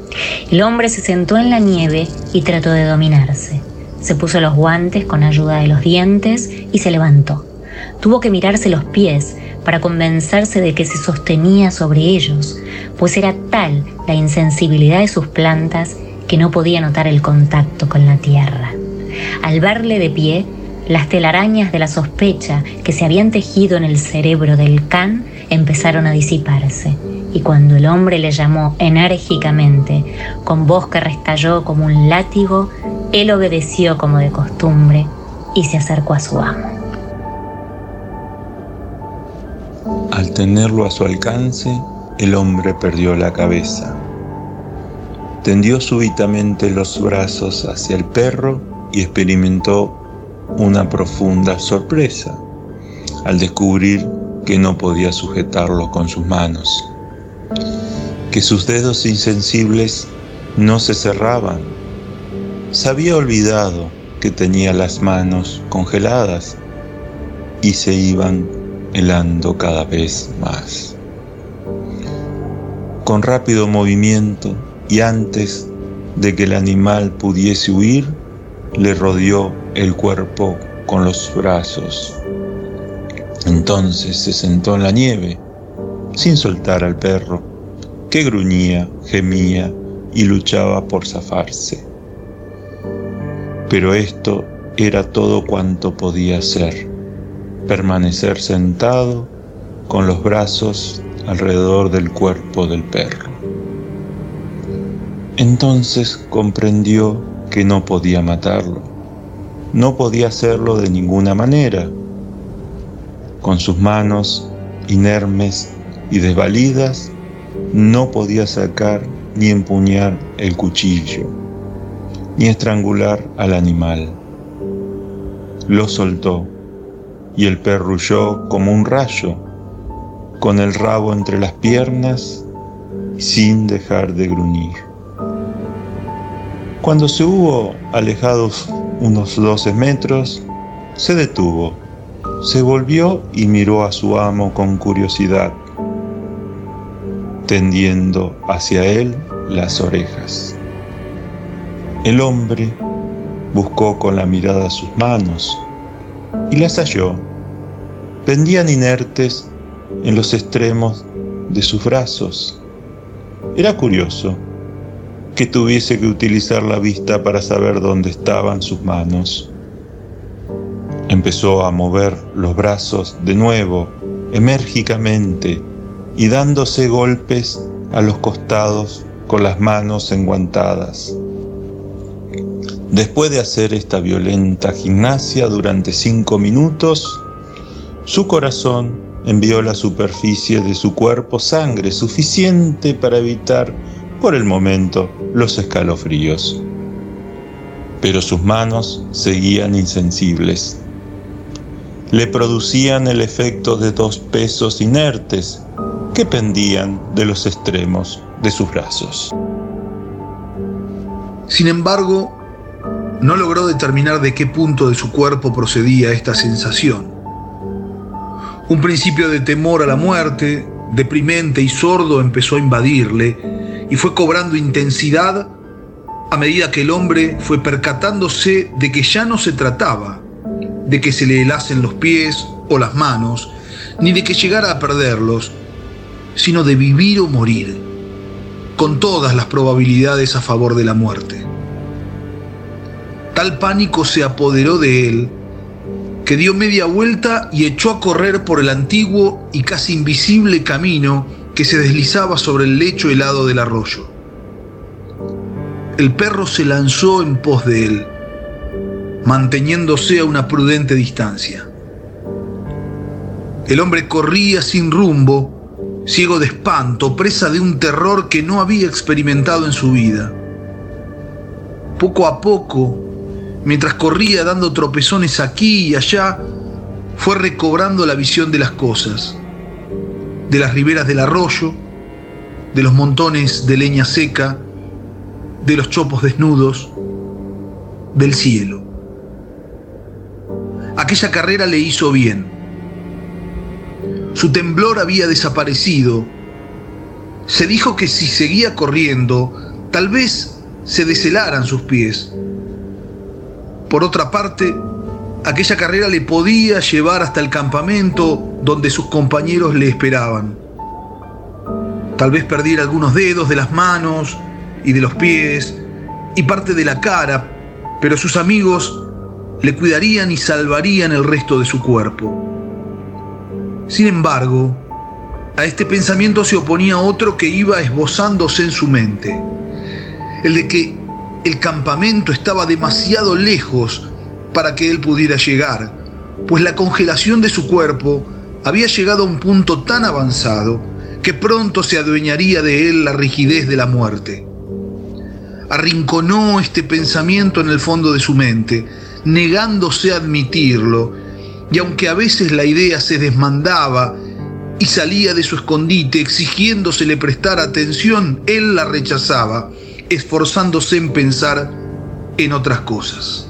El hombre se sentó en la nieve y trató de dominarse. Se puso los guantes con ayuda de los dientes y se levantó. Tuvo que mirarse los pies para convencerse de que se sostenía sobre ellos, pues era tal la insensibilidad de sus plantas que no podía notar el contacto con la tierra. Al verle de pie, las telarañas de la sospecha que se habían tejido en el cerebro del can empezaron a disiparse, y cuando el hombre le llamó enérgicamente, con voz que restalló como un látigo, él obedeció como de costumbre y se acercó a su amo. Al tenerlo a su alcance, el hombre perdió la cabeza. Tendió súbitamente los brazos hacia el perro y experimentó una profunda sorpresa al descubrir que no podía sujetarlo con sus manos, que sus dedos insensibles no se cerraban. Se había olvidado que tenía las manos congeladas y se iban helando cada vez más. Con rápido movimiento y antes de que el animal pudiese huir, le rodeó el cuerpo con los brazos. Entonces se sentó en la nieve, sin soltar al perro, que gruñía, gemía y luchaba por zafarse. Pero esto era todo cuanto podía hacer: permanecer sentado con los brazos alrededor del cuerpo del perro. Entonces comprendió que no podía matarlo, no podía hacerlo de ninguna manera. Con sus manos inermes y desvalidas, no podía sacar ni empuñar el cuchillo, ni estrangular al animal. Lo soltó y el perro huyó como un rayo, con el rabo entre las piernas, sin dejar de gruñir. Cuando se hubo alejado unos 12 metros, se detuvo, se volvió y miró a su amo con curiosidad, tendiendo hacia él las orejas. El hombre buscó con la mirada sus manos y las halló. Pendían inertes en los extremos de sus brazos. Era curioso que tuviese que utilizar la vista para saber dónde estaban sus manos. Empezó a mover los brazos de nuevo, enérgicamente, y dándose golpes a los costados con las manos enguantadas. Después de hacer esta violenta gimnasia durante 5 minutos, su corazón envió a la superficie de su cuerpo sangre suficiente para evitar, por el momento, los escalofríos. Pero sus manos seguían insensibles. Le producían el efecto de 2 pesos inertes que pendían de los extremos de sus brazos. Sin embargo, no logró determinar de qué punto de su cuerpo procedía esta sensación. Un principio de temor a la muerte, deprimente y sordo, empezó a invadirle y fue cobrando intensidad a medida que el hombre fue percatándose de que ya no se trataba de que se le helasen los pies o las manos, ni de que llegara a perderlos, sino de vivir o morir, con todas las probabilidades a favor de la muerte. Tal pánico se apoderó de él que dio media vuelta y echó a correr por el antiguo y casi invisible camino que se deslizaba sobre el lecho helado del arroyo. El perro se lanzó en pos de él, manteniéndose a una prudente distancia. El hombre corría sin rumbo, ciego de espanto, presa de un terror que no había experimentado en su vida. Poco a poco, mientras corría dando tropezones aquí y allá, fue recobrando la visión de las cosas, de las riberas del arroyo, de los montones de leña seca, de los chopos desnudos, del cielo. Aquella carrera le hizo bien. Su temblor había desaparecido. Se dijo que si seguía corriendo, Tal vez se deshelaran sus pies. Por otra parte, aquella carrera le podía llevar hasta el campamento donde sus compañeros le esperaban. Tal vez perdiera algunos dedos de las manos y de los pies y parte de la cara, pero sus amigos le cuidarían y salvarían el resto de su cuerpo. Sin embargo, a este pensamiento se oponía otro que iba esbozándose en su mente, el de que el campamento estaba demasiado lejos para que él pudiera llegar, pues la congelación de su cuerpo había llegado a un punto tan avanzado que pronto se adueñaría de él la rigidez de la muerte. Arrinconó este pensamiento en el fondo de su mente, negándose a admitirlo, y aunque a veces la idea se desmandaba y salía de su escondite exigiéndose le prestara atención, él la rechazaba, esforzándose en pensar en otras cosas.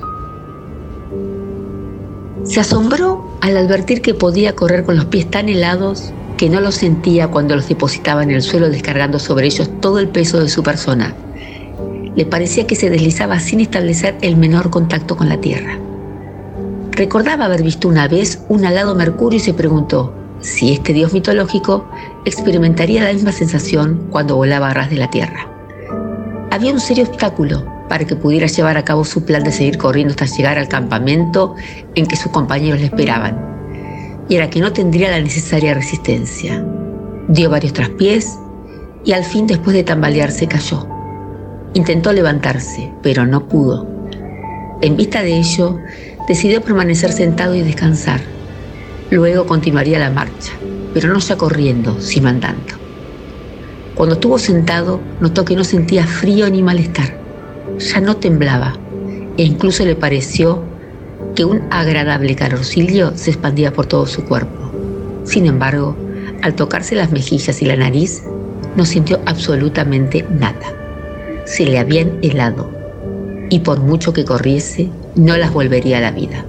Se asombró al advertir que podía correr con los pies tan helados que no los sentía cuando los depositaba en el suelo, descargando sobre ellos todo el peso de su persona. Le parecía que se deslizaba sin establecer el menor contacto con la tierra. Recordaba haber visto una vez un alado mercurio y se preguntó si este dios mitológico experimentaría la misma sensación cuando volaba a ras de la tierra. Había un serio obstáculo para que pudiera llevar a cabo su plan de seguir corriendo hasta llegar al campamento en que sus compañeros le esperaban, y era que no tendría la necesaria resistencia. Dio varios traspiés y al fin, después de tambalearse, cayó. Intentó levantarse, pero no pudo. En vista de ello, decidió permanecer sentado y descansar. Luego continuaría la marcha, pero no ya corriendo, sino andando. Cuando estuvo sentado, notó que no sentía frío ni malestar. Ya no temblaba, e incluso le pareció que un agradable calorcillo se expandía por todo su cuerpo. Sin embargo, al tocarse las mejillas y la nariz, no sintió absolutamente nada. Se le habían helado, y por mucho que corriese, no las volvería a la vida.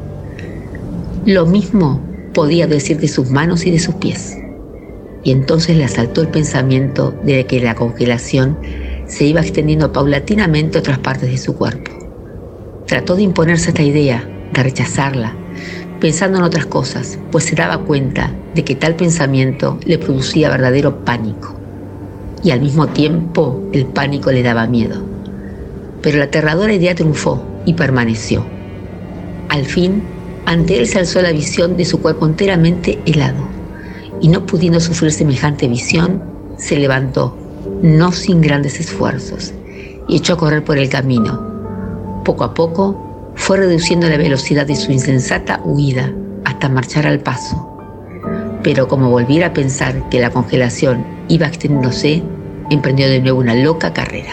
Lo mismo podía decir de sus manos y de sus pies. Y entonces le asaltó el pensamiento de que la congelación se iba extendiendo paulatinamente a otras partes de su cuerpo. Trató de imponerse esta idea, de rechazarla, pensando en otras cosas, pues se daba cuenta de que tal pensamiento le producía verdadero pánico. Y al mismo tiempo el pánico le daba miedo. Pero la aterradora idea triunfó y permaneció. Al fin, ante él se alzó la visión de su cuerpo enteramente helado, y no pudiendo sufrir semejante visión, se levantó, no sin grandes esfuerzos, y echó a correr por el camino. Poco a poco fue reduciendo la velocidad de su insensata huida hasta marchar al paso. Pero como volviera a pensar que la congelación iba extendiéndose, emprendió de nuevo una loca carrera.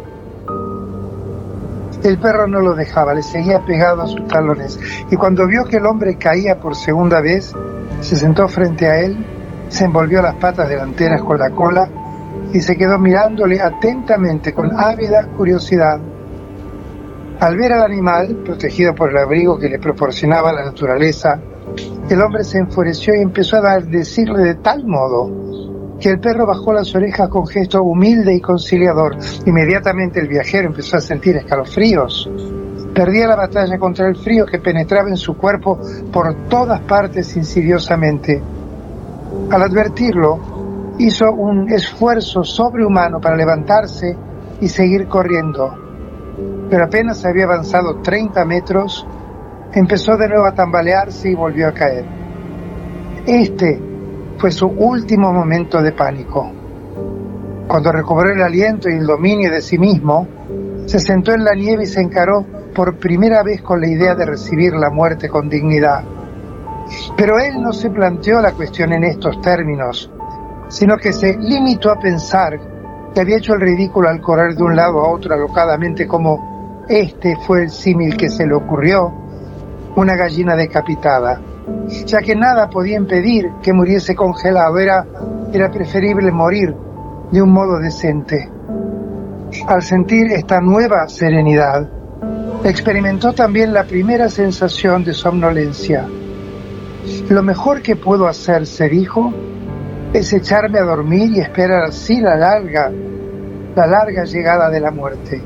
El perro no lo dejaba, le seguía pegado a sus talones, y cuando vio que el hombre caía por segunda vez, se sentó frente a él, se envolvió las patas delanteras con la cola y se quedó mirándole atentamente con ávida curiosidad. Al ver al animal, protegido por el abrigo que le proporcionaba la naturaleza, el hombre se enfureció y empezó a decirle de tal modo que el perro bajó las orejas con gesto humilde y conciliador. Inmediatamente el viajero empezó a sentir escalofríos. Perdía la batalla contra el frío que penetraba en su cuerpo por todas partes insidiosamente. Al advertirlo, hizo un esfuerzo sobrehumano para levantarse y seguir corriendo. Pero apenas había avanzado 30 metros, empezó de nuevo a tambalearse y volvió a caer. Este fue su último momento de pánico. Cuando recobró el aliento y el dominio de sí mismo, se sentó en la nieve y se encaró por primera vez con la idea de recibir la muerte con dignidad. Pero él no se planteó la cuestión en estos términos, sino que se limitó a pensar que había hecho el ridículo al correr de un lado a otro alocadamente, como este fue el símil que se le ocurrió, una gallina decapitada. Ya que nada podía impedir que muriese congelado, era preferible morir de un modo decente. Al sentir esta nueva serenidad, experimentó también la primera sensación de somnolencia. Lo mejor que puedo hacer, se dijo, es echarme a dormir y esperar así la larga la larga llegada de la muerte.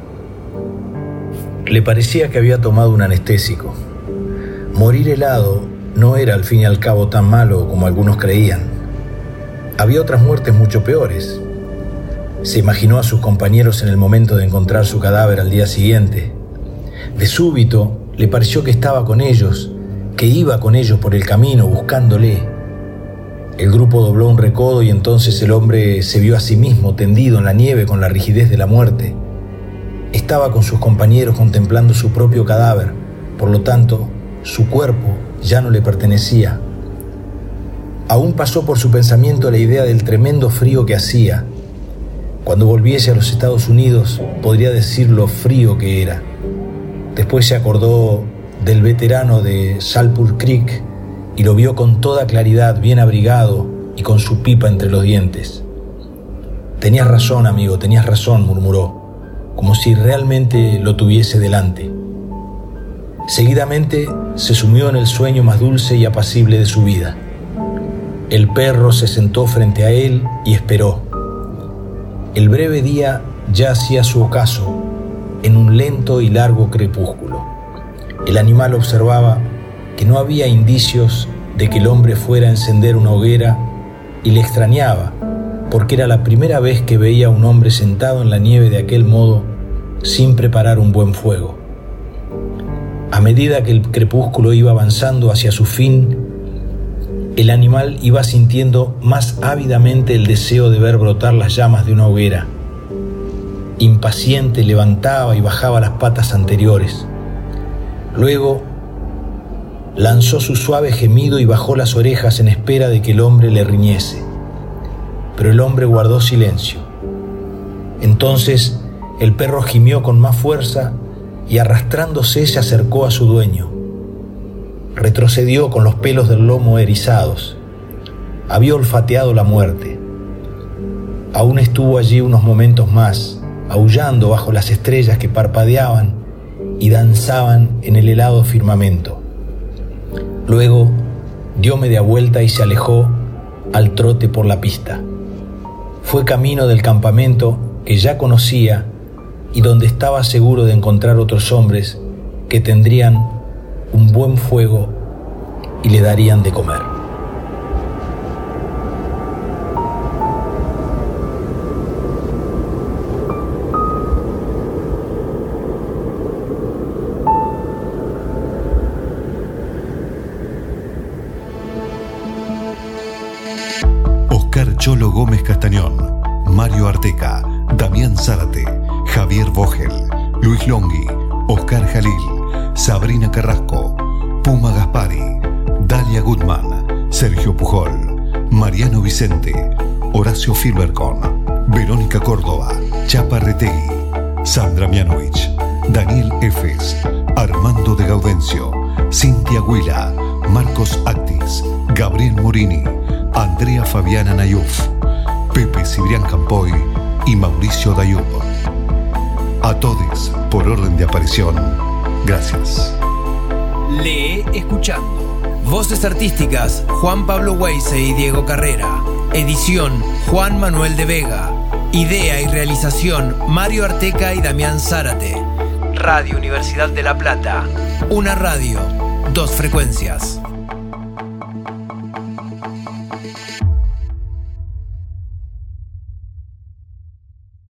Le parecía que había tomado un anestésico. Morir helado no era al fin y al cabo tan malo como algunos creían. Había otras muertes mucho peores. Se imaginó a sus compañeros en el momento de encontrar su cadáver al día siguiente. De súbito le pareció que estaba con ellos, que iba con ellos por el camino buscándole. El grupo dobló un recodo y entonces el hombre se vio a sí mismo tendido en la nieve con la rigidez de la muerte. Estaba con sus compañeros contemplando su propio cadáver, por lo tanto, su cuerpo ya no le pertenecía. Aún pasó por su pensamiento la idea del tremendo frío que hacía. Cuando volviese a los Estados Unidos, podría decir lo frío que era. Después se acordó del veterano de Saltburn Creek y lo vio con toda claridad, bien abrigado y con su pipa entre los dientes. «Tenías razón, amigo, tenías razón», murmuró, como si realmente lo tuviese delante. Seguidamente se sumió en el sueño más dulce y apacible de su vida. El perro se sentó frente a él y esperó. El breve día ya hacía su ocaso en un lento y largo crepúsculo. El animal observaba que no había indicios de que el hombre fuera a encender una hoguera y le extrañaba, porque era la primera vez que veía a un hombre sentado en la nieve de aquel modo sin preparar un buen fuego. A medida que el crepúsculo iba avanzando hacia su fin, el animal iba sintiendo más ávidamente el deseo de ver brotar las llamas de una hoguera. Impaciente levantaba y bajaba las patas anteriores. Luego lanzó su suave gemido y bajó las orejas en espera de que el hombre le riñese. Pero el hombre guardó silencio. Entonces el perro gimió con más fuerza y arrastrándose se acercó a su dueño. Retrocedió con los pelos del lomo erizados. Había olfateado la muerte. Aún estuvo allí unos momentos más, aullando bajo las estrellas que parpadeaban y danzaban en el helado firmamento. Luego dio media vuelta y se alejó al trote por la pista. Fue camino del campamento que ya conocía y donde estaba seguro de encontrar otros hombres que tendrían un buen fuego y le darían de comer. Oscar Cholo Gómez Castañón, Mario Arteca, Damián Zárate, Javier Vogel, Luis Longhi, Oscar Jalil, Sabrina Carrasco, Puma Gaspari, Dalia Gutman, Sergio Pujol, Mariano Vicente, Horacio Filbercon, Verónica Córdoba, Chapa Retegui, Sandra Mianovich, Daniel Efes, Armando de Gaudencio, Cintia Huila, Marcos Actis, Gabriel Morini, Andrea Fabiana Nayuf, Pepe Cibrián Campoy y Mauricio Dayub. A todos, por orden de aparición, gracias. Lee escuchando. Voces artísticas: Juan Pablo Weise y Diego Carrera. Edición: Juan Manuel de Vega. Idea y realización: Mario Arteca y Damián Zárate. Radio Universidad de La Plata. Una radio, dos frecuencias.